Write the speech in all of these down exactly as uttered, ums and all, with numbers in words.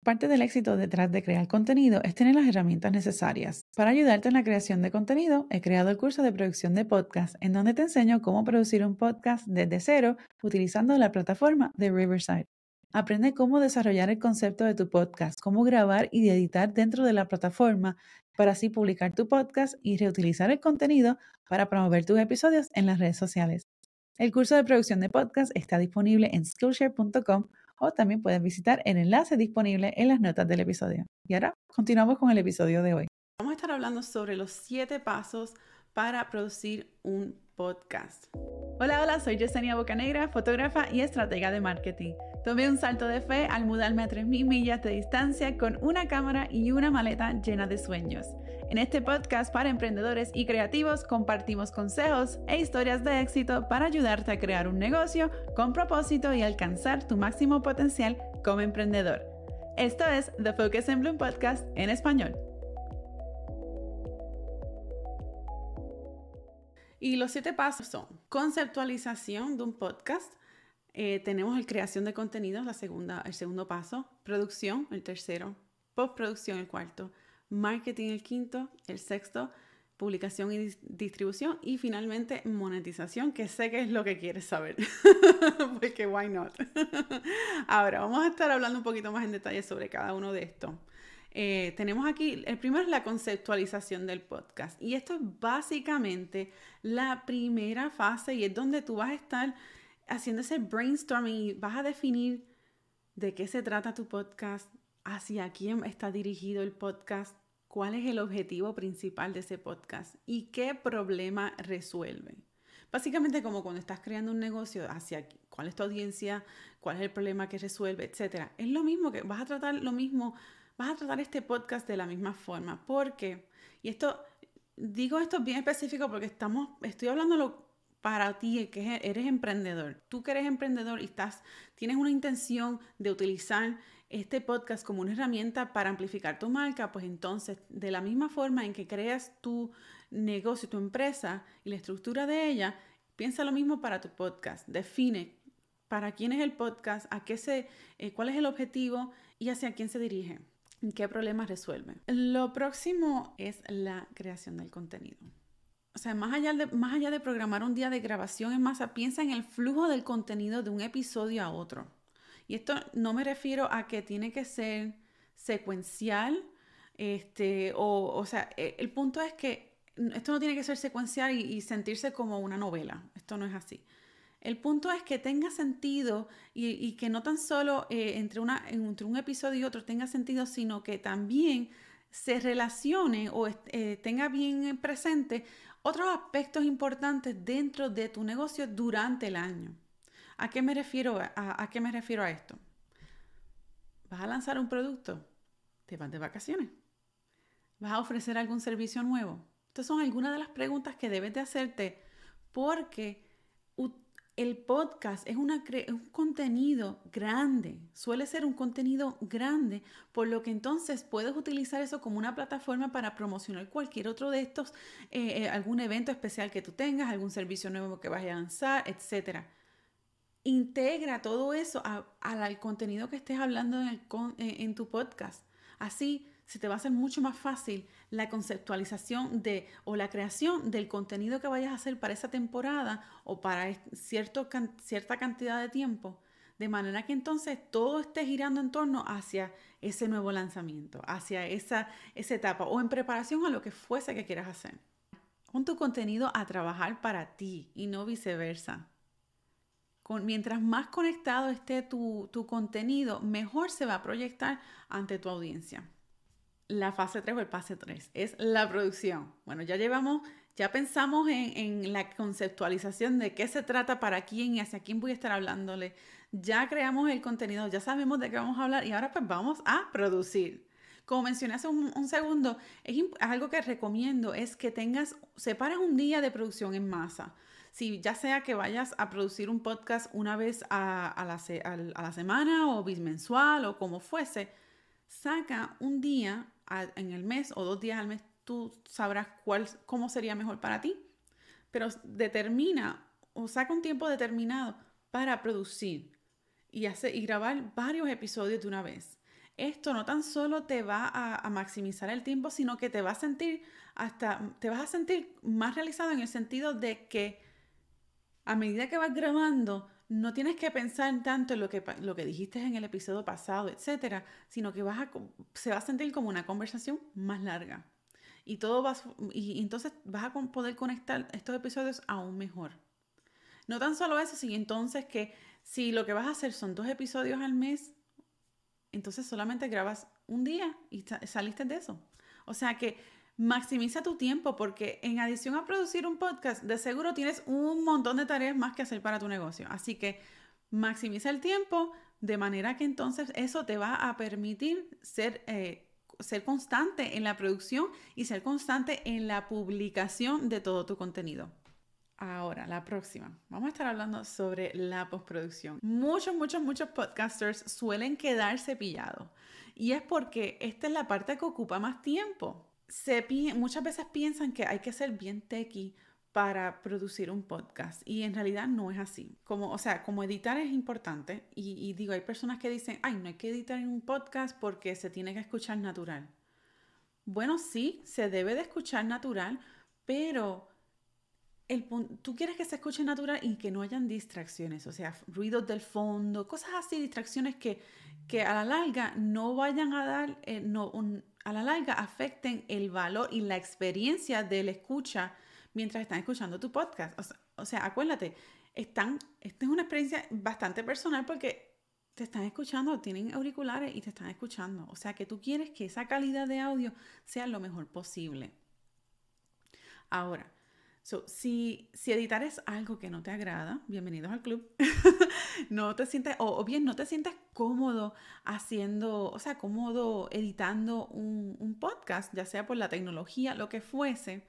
Parte del éxito detrás de crear contenido es tener las herramientas necesarias. Para ayudarte en la creación de contenido, he creado el curso de producción de podcast, en donde te enseño cómo producir un podcast desde cero utilizando la plataforma de Riverside. Aprende cómo desarrollar el concepto de tu podcast, cómo grabar y editar dentro de la plataforma para así publicar tu podcast y reutilizar el contenido para promover tus episodios en las redes sociales. El curso de producción de podcast está disponible en Skillshare punto com o también puedes visitar el enlace disponible en las notas del episodio. Y ahora continuamos con el episodio de hoy. Vamos a estar hablando sobre los siete pasos para producir un podcast. Hola, hola, soy Yesenia Bocanegra, fotógrafa y estratega de marketing. Tomé un salto de fe al mudarme a tres mil millas de distancia con una cámara y una maleta llena de sueños. En este podcast para emprendedores y creativos compartimos consejos e historias de éxito para ayudarte a crear un negocio con propósito y alcanzar tu máximo potencial como emprendedor. Esto es The Focus and Bloom Podcast en español. Y los siete pasos son conceptualización de un podcast, eh, tenemos el creación de contenidos, la segunda, el segundo paso, producción, el tercero, postproducción, el cuarto, marketing, el quinto, el sexto, publicación y distribución y finalmente monetización, que sé que es lo que quieres saber, porque why not. Ahora, vamos a estar hablando un poquito más en detalle sobre cada uno de estos. Eh, tenemos aquí, el primero es la conceptualización del podcast y esto es básicamente la primera fase y es donde tú vas a estar haciendo ese brainstorming y vas a definir de qué se trata tu podcast, hacia quién está dirigido el podcast, cuál es el objetivo principal de ese podcast y qué problema resuelve. Básicamente como cuando estás creando un negocio, hacia cuál es tu audiencia, cuál es el problema que resuelve, etcétera. Es lo mismo que vas a tratar lo mismo. Vas a tratar este podcast de la misma forma. ¿Por qué? Y esto, digo esto bien específico porque estamos, estoy hablándolo para ti, que eres emprendedor. Tú que eres emprendedor y estás, tienes una intención de utilizar este podcast como una herramienta para amplificar tu marca, pues entonces, de la misma forma en que creas tu negocio, tu empresa y la estructura de ella, piensa lo mismo para tu podcast. Define para quién es el podcast, a qué se, eh, cuál es el objetivo y hacia quién se dirige. ¿Qué problemas resuelve? Lo próximo es la creación del contenido. O sea, más allá, de, más allá de programar un día de grabación en masa, piensa en el flujo del contenido de un episodio a otro. Y esto no me refiero a que tiene que ser secuencial, este, o, o sea, el punto es que esto no tiene que ser secuencial y, y sentirse como una novela. Esto no es así. El punto es que tenga sentido y, y que no tan solo eh, entre, una, entre un episodio y otro tenga sentido, sino que también se relacione o eh, tenga bien presente otros aspectos importantes dentro de tu negocio durante el año. ¿A qué me refiero a, a qué me refiero a esto? ¿Vas a lanzar un producto? ¿Te vas de vacaciones? ¿Vas a ofrecer algún servicio nuevo? Estas son algunas de las preguntas que debes de hacerte porque el podcast es, una, es un contenido grande, suele ser un contenido grande, por lo que entonces puedes utilizar eso como una plataforma para promocionar cualquier otro de estos, eh, eh, algún evento especial que tú tengas, algún servicio nuevo que vayas a lanzar, etcétera. Integra todo eso a, a, al contenido que estés hablando en, el, en, en tu podcast. Así se te va a hacer mucho más fácil la conceptualización de, o la creación del contenido que vayas a hacer para esa temporada o para cierto, cierta cantidad de tiempo, de manera que entonces todo esté girando en torno hacia ese nuevo lanzamiento, hacia esa, esa etapa o en preparación a lo que fuese que quieras hacer. Pon tu contenido a trabajar para ti y no viceversa. Con, mientras más conectado esté tu, tu contenido, mejor se va a proyectar ante tu audiencia. La fase tres o el pase tres es la producción. Bueno, ya llevamos, ya pensamos en, en la conceptualización de qué se trata, para quién y hacia quién voy a estar hablándole. Ya creamos el contenido, ya sabemos de qué vamos a hablar y ahora pues vamos a producir. Como mencioné hace un, un segundo, es algo que recomiendo es que tengas, separes un día de producción en masa. Si ya sea que vayas a producir un podcast una vez a, a, la, a, a la semana o bimensual o como fuese, saca un día a, en el mes o dos días al mes, tú sabrás cuál, cómo sería mejor para ti, pero determina o saca un tiempo determinado para producir y, hacer, y grabar varios episodios de una vez. esto no tan solo te va a, a maximizar el tiempo, sino que te va a sentir hasta, te vas a sentir más realizado en el sentido de que a medida que vas grabando, no tienes que pensar tanto en lo que, lo que dijiste en el episodio pasado, etcétera, sino que vas a, se va a sentir como una conversación más larga. Y, todo vas, y entonces vas a poder conectar estos episodios aún mejor. No tan solo eso, sino entonces que si lo que vas a hacer son dos episodios al mes, entonces solamente grabas un día y saliste de eso. O sea que maximiza tu tiempo, porque en adición a producir un podcast, de seguro tienes un montón de tareas más que hacer para tu negocio. Así que maximiza el tiempo de manera que entonces eso te va a permitir ser, eh, ser constante en la producción y ser constante en la publicación de todo tu contenido. Ahora, la próxima. Vamos a estar hablando sobre la postproducción. Muchos, muchos, muchos podcasters suelen quedarse pillados. Y es porque esta es la parte que ocupa más tiempo. Se pi- muchas veces piensan que hay que ser bien techie para producir un podcast. Y en realidad no es así. Como, o sea, como editar es importante. Y, y digo, hay personas que dicen, ay, no hay que editar en un podcast porque se tiene que escuchar natural. Bueno, sí, se debe de escuchar natural, pero... El, tú quieres que se escuche natural y que no hayan distracciones, o sea, ruidos del fondo, cosas así, distracciones que, que a la larga no vayan a dar, eh, no, un, a la larga afecten el valor y la experiencia de la escucha mientras están escuchando tu podcast. O sea, o sea acuérdate, están, esta es una experiencia bastante personal porque te están escuchando, tienen auriculares y te están escuchando. O sea, que tú quieres que esa calidad de audio sea lo mejor posible. Ahora, So, si, si editar es algo que no te agrada, bienvenidos al club. No te sientes, o, o bien no te sientes cómodo haciendo, o sea, cómodo editando un, un podcast, ya sea por la tecnología, lo que fuese.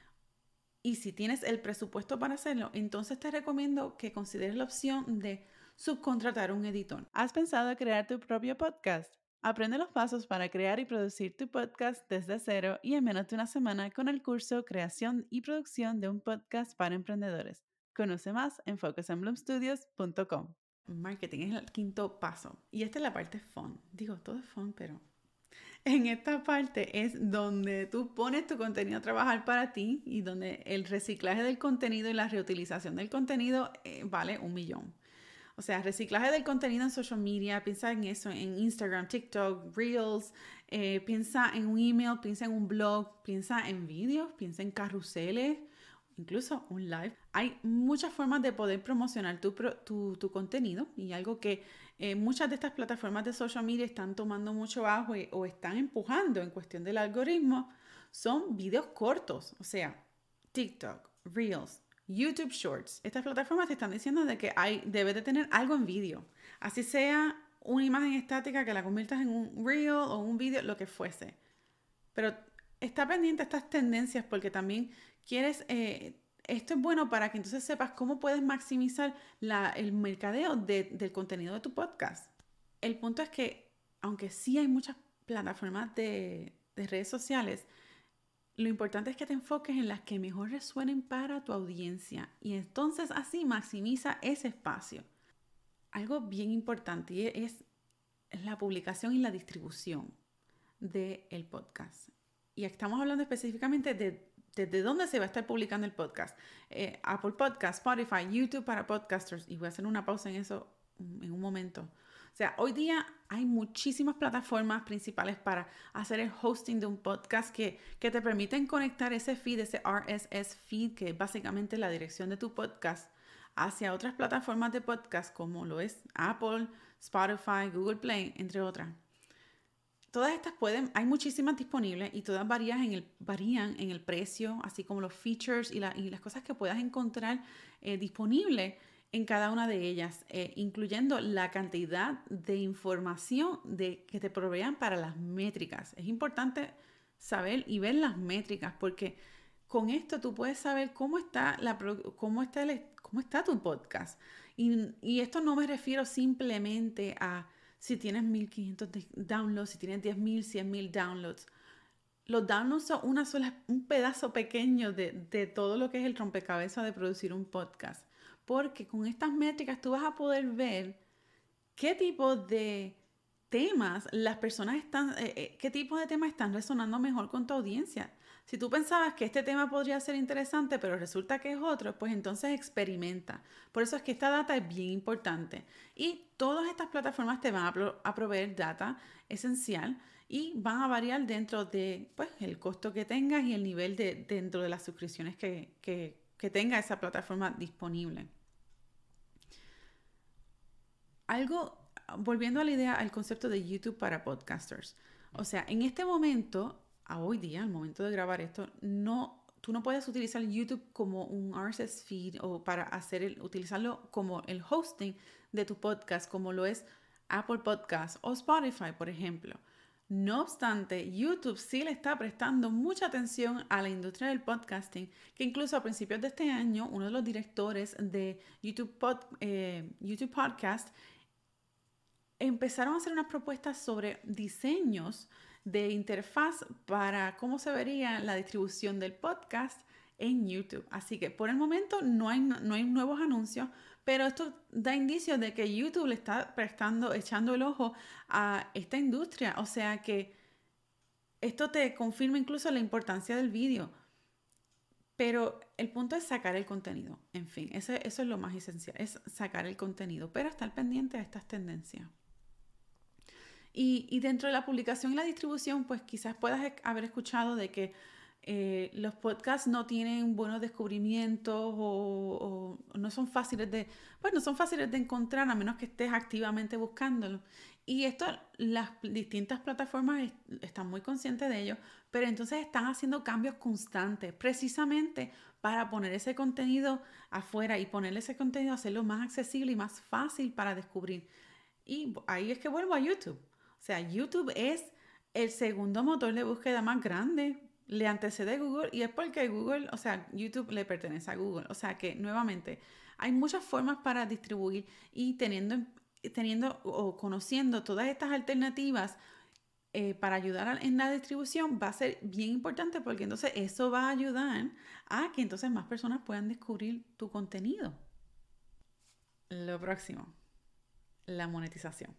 Y si tienes el presupuesto para hacerlo, entonces te recomiendo que consideres la opción de subcontratar un editor. ¿Has pensado crear tu propio podcast? Aprende los pasos para crear y producir tu podcast desde cero y en menos de una semana con el curso Creación y Producción de un Podcast para Emprendedores. Conoce más en focus and bloom studios punto com. Marketing es el quinto paso. Y esta es la parte fun. Digo, todo es fun, pero en esta parte es donde tú pones tu contenido a trabajar para ti y donde el reciclaje del contenido y la reutilización del contenido eh, vale un millón. O sea, reciclaje del contenido en social media, piensa en eso, en Instagram, TikTok, Reels, eh, piensa en un email, piensa en un blog, piensa en vídeos, piensa en carruseles, incluso un live. Hay muchas formas de poder promocionar tu, tu, tu contenido y algo que eh, muchas de estas plataformas de social media están tomando mucho auge y, o están empujando en cuestión del algoritmo son videos cortos, o sea, TikTok, Reels, YouTube Shorts. Estas plataformas te están diciendo de que hay, debes de tener algo en vídeo. Así sea una imagen estática que la conviertas en un reel o un video, lo que fuese. Pero está pendiente a estas tendencias porque también quieres... Eh, esto es bueno para que entonces sepas cómo puedes maximizar la, el mercadeo de, del contenido de tu podcast. El punto es que, aunque sí hay muchas plataformas de, de redes sociales, lo importante es que te enfoques en las que mejor resuenen para tu audiencia y entonces así maximiza ese espacio. Algo bien importante es la publicación y la distribución del podcast. Y estamos hablando específicamente de desde dónde se va a estar publicando el podcast. Eh, Apple Podcast, Spotify, YouTube para podcasters. Y voy a hacer una pausa en eso en un momento. O sea, hoy día hay muchísimas plataformas principales para hacer el hosting de un podcast que, que te permiten conectar ese feed, ese R S S feed, que es básicamente la dirección de tu podcast, hacia otras plataformas de podcast como lo es Apple, Spotify, Google Play, entre otras. Todas estas pueden, hay muchísimas disponibles y todas varían en el, varían en el precio, así como los features y, la, y las cosas que puedas encontrar eh, disponibles en cada una de ellas, eh, incluyendo la cantidad de información de, que te provean para las métricas. Es importante saber y ver las métricas porque con esto tú puedes saber cómo está, la, cómo está, el, cómo está tu podcast. Y, y esto no me refiero simplemente a si tienes mil quinientos downloads, si tienes diez mil, cien mil downloads. Los downloads son una sola, un pedazo pequeño de, de todo lo que es el rompecabezas de producir un podcast. Porque con estas métricas tú vas a poder ver qué tipo de temas las personas están, eh, eh, qué tipo de temas están resonando mejor con tu audiencia. Si tú pensabas que este tema podría ser interesante, pero resulta que es otro, pues entonces experimenta. Por eso es que esta data es bien importante. Y todas estas plataformas te van a, pro- a proveer data esencial y van a variar dentro de, pues, el costo que tengas y el nivel de, dentro de las suscripciones que, que, que tenga esa plataforma disponible. Algo, volviendo a la idea, al concepto de YouTube para podcasters. O sea, en este momento, a hoy día, al momento de grabar esto, no, tú no puedes utilizar YouTube como un R S S feed o para hacer el, utilizarlo como el hosting de tu podcast, como lo es Apple Podcasts o Spotify, por ejemplo. No obstante, YouTube sí le está prestando mucha atención a la industria del podcasting, que incluso a principios de este año, uno de los directores de YouTube, Pod, eh, YouTube Podcast empezaron a hacer unas propuestas sobre diseños de interfaz para cómo se vería la distribución del podcast en YouTube. Así que por el momento no hay, no hay nuevos anuncios, pero esto da indicios de que YouTube le está prestando, echando el ojo a esta industria. O sea que esto te confirma incluso la importancia del vídeo. Pero el punto es sacar el contenido. En fin, eso, eso es lo más esencial, es sacar el contenido, pero estar pendiente de estas tendencias. Y, y dentro de la publicación y la distribución, pues quizás puedas haber escuchado de que eh, los podcasts no tienen buenos descubrimientos o, o no son fáciles de, pues no son fáciles de encontrar a menos que estés activamente buscándolo. Y esto, las distintas plataformas est están muy conscientes de ello, pero entonces están haciendo cambios constantes, precisamente para poner ese contenido afuera y ponerle ese contenido, hacerlo más accesible y más fácil para descubrir. Y ahí es que vuelvo a YouTube. O sea, YouTube es el segundo motor de búsqueda más grande, le antecede a Google y es porque Google, o sea, YouTube le pertenece a Google. O sea que, nuevamente, hay muchas formas para distribuir y teniendo, teniendo o conociendo todas estas alternativas eh, para ayudar a, en la distribución va a ser bien importante porque entonces eso va a ayudar a que entonces más personas puedan descubrir tu contenido. Lo próximo, la monetización.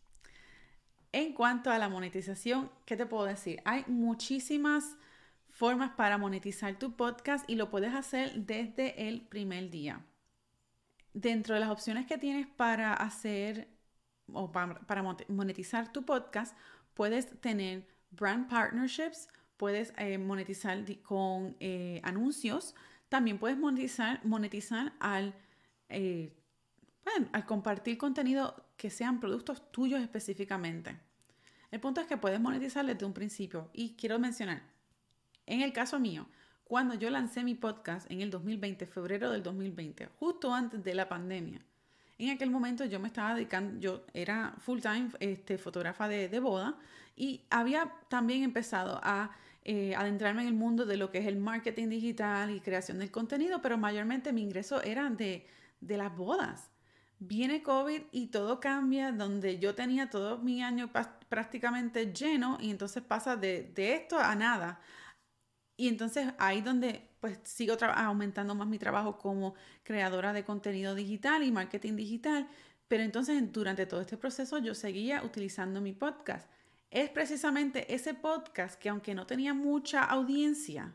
En cuanto a la monetización, ¿qué te puedo decir? Hay muchísimas formas para monetizar tu podcast y lo puedes hacer desde el primer día. Dentro de las opciones que tienes para hacer o para, para monetizar tu podcast, puedes tener brand partnerships, puedes eh, monetizar con eh, anuncios, también puedes monetizar, monetizar al, eh, bueno, al compartir contenido que sean productos tuyos específicamente. El punto es que puedes monetizar desde un principio y quiero mencionar, en el caso mío, cuando yo lancé mi podcast en el dos mil veinte, febrero del dos mil veinte, justo antes de la pandemia, en aquel momento yo me estaba dedicando, yo era full time este, fotógrafa de, de boda y había también empezado a eh, adentrarme en el mundo de lo que es el marketing digital y creación del contenido, pero mayormente mi ingreso era de, de las bodas. Viene COVID y todo cambia, donde yo tenía todo mi año prácticamente lleno y entonces pasa de, de esto a nada. Y entonces ahí donde pues sigo aumentando más mi trabajo como creadora de contenido digital y marketing digital, pero entonces durante todo este proceso yo seguía utilizando mi podcast. Es precisamente ese podcast que aunque no tenía mucha audiencia,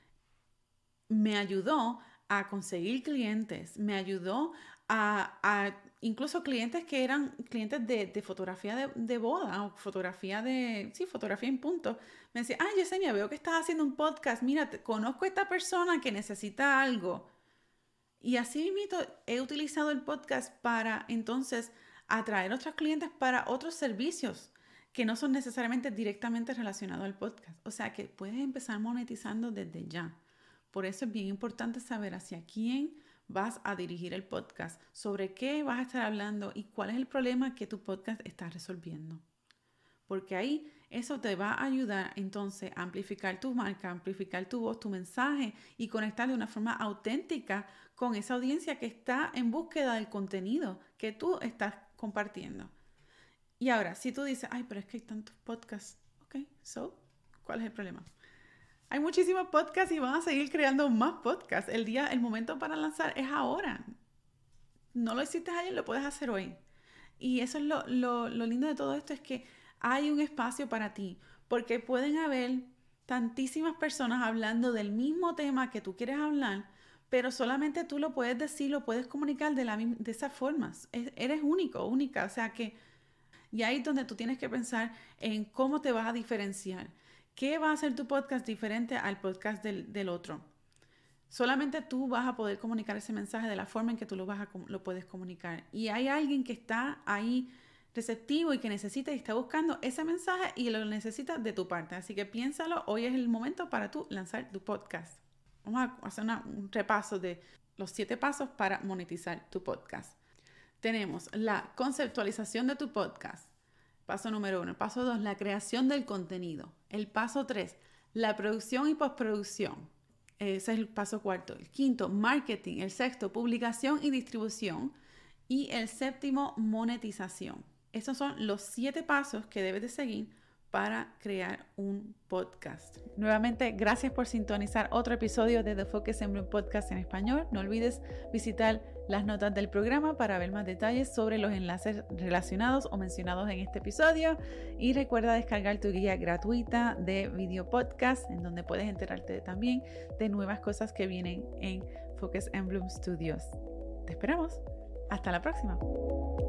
me ayudó a conseguir clientes, me ayudó a, a incluso clientes que eran clientes de, de fotografía de, de boda o fotografía de, sí, fotografía en punto. Me decía, ay, Yesenia, veo que estás haciendo un podcast, mira, te, conozco a esta persona que necesita algo. Y así mismo he utilizado el podcast para entonces atraer otros clientes para otros servicios que no son necesariamente directamente relacionados al podcast. O sea que puedes empezar monetizando desde ya. Por eso es bien importante saber hacia quién vas a dirigir el podcast, sobre qué vas a estar hablando y cuál es el problema que tu podcast está resolviendo. Porque ahí eso te va a ayudar entonces a amplificar tu marca, amplificar tu voz, tu mensaje y conectar de una forma auténtica con esa audiencia que está en búsqueda del contenido que tú estás compartiendo. Y ahora, si tú dices, ay, pero es que hay tantos podcasts, ok, so, ¿cuál es el problema? Hay muchísimos podcasts y van a seguir creando más podcasts. El día, el momento para lanzar es ahora. No lo hiciste ayer, lo puedes hacer hoy. Y eso es lo, lo, lo lindo de todo esto, es que hay un espacio para ti, porque pueden haber tantísimas personas hablando del mismo tema que tú quieres hablar, pero solamente tú lo puedes decir, lo puedes comunicar de, la, de esas formas. Es, eres único, única, o sea que... Y ahí es donde tú tienes que pensar en cómo te vas a diferenciar. ¿Qué va a hacer tu podcast diferente al podcast del, del otro? Solamente tú vas a poder comunicar ese mensaje de la forma en que tú lo, vas a, lo puedes comunicar. Y hay alguien que está ahí receptivo y que necesita y está buscando ese mensaje y lo necesita de tu parte. Así que piénsalo, hoy es el momento para tú lanzar tu podcast. Vamos a hacer una, un repaso de los siete pasos para monetizar tu podcast. Tenemos la conceptualización de tu podcast. Paso número uno. Paso dos, la creación del contenido. El paso tres, la producción y postproducción. Ese es el paso cuarto. El quinto, marketing. El sexto, publicación y distribución. Y el séptimo, monetización. Estos son los siete pasos que debes de seguir para crear un podcast. Nuevamente, gracias por sintonizar otro episodio de The Focus en Bloom Podcast en español. No olvides visitar las notas del programa para ver más detalles sobre los enlaces relacionados o mencionados en este episodio. Y recuerda descargar tu guía gratuita de video podcast, en donde puedes enterarte también de nuevas cosas que vienen en Focus en Bloom Studios. Te esperamos. Hasta la próxima.